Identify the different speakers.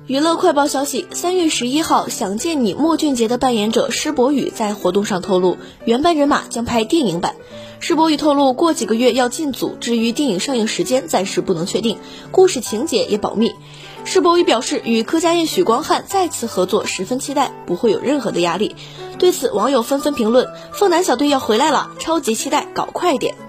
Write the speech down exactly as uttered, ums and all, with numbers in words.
Speaker 1: 娱乐快报消息，三月十一号，想见你莫俊杰的扮演者施柏宇在活动上透露，原班人马将拍电影版。施柏宇透露，过几个月要进组，至于电影上映时间暂时不能确定，故事情节也保密。施柏宇表示，与柯佳嬿、许光汉再次合作十分期待，不会有任何的压力。对此，网友纷纷评论：凤男小队要回来了，超级期待，搞快点。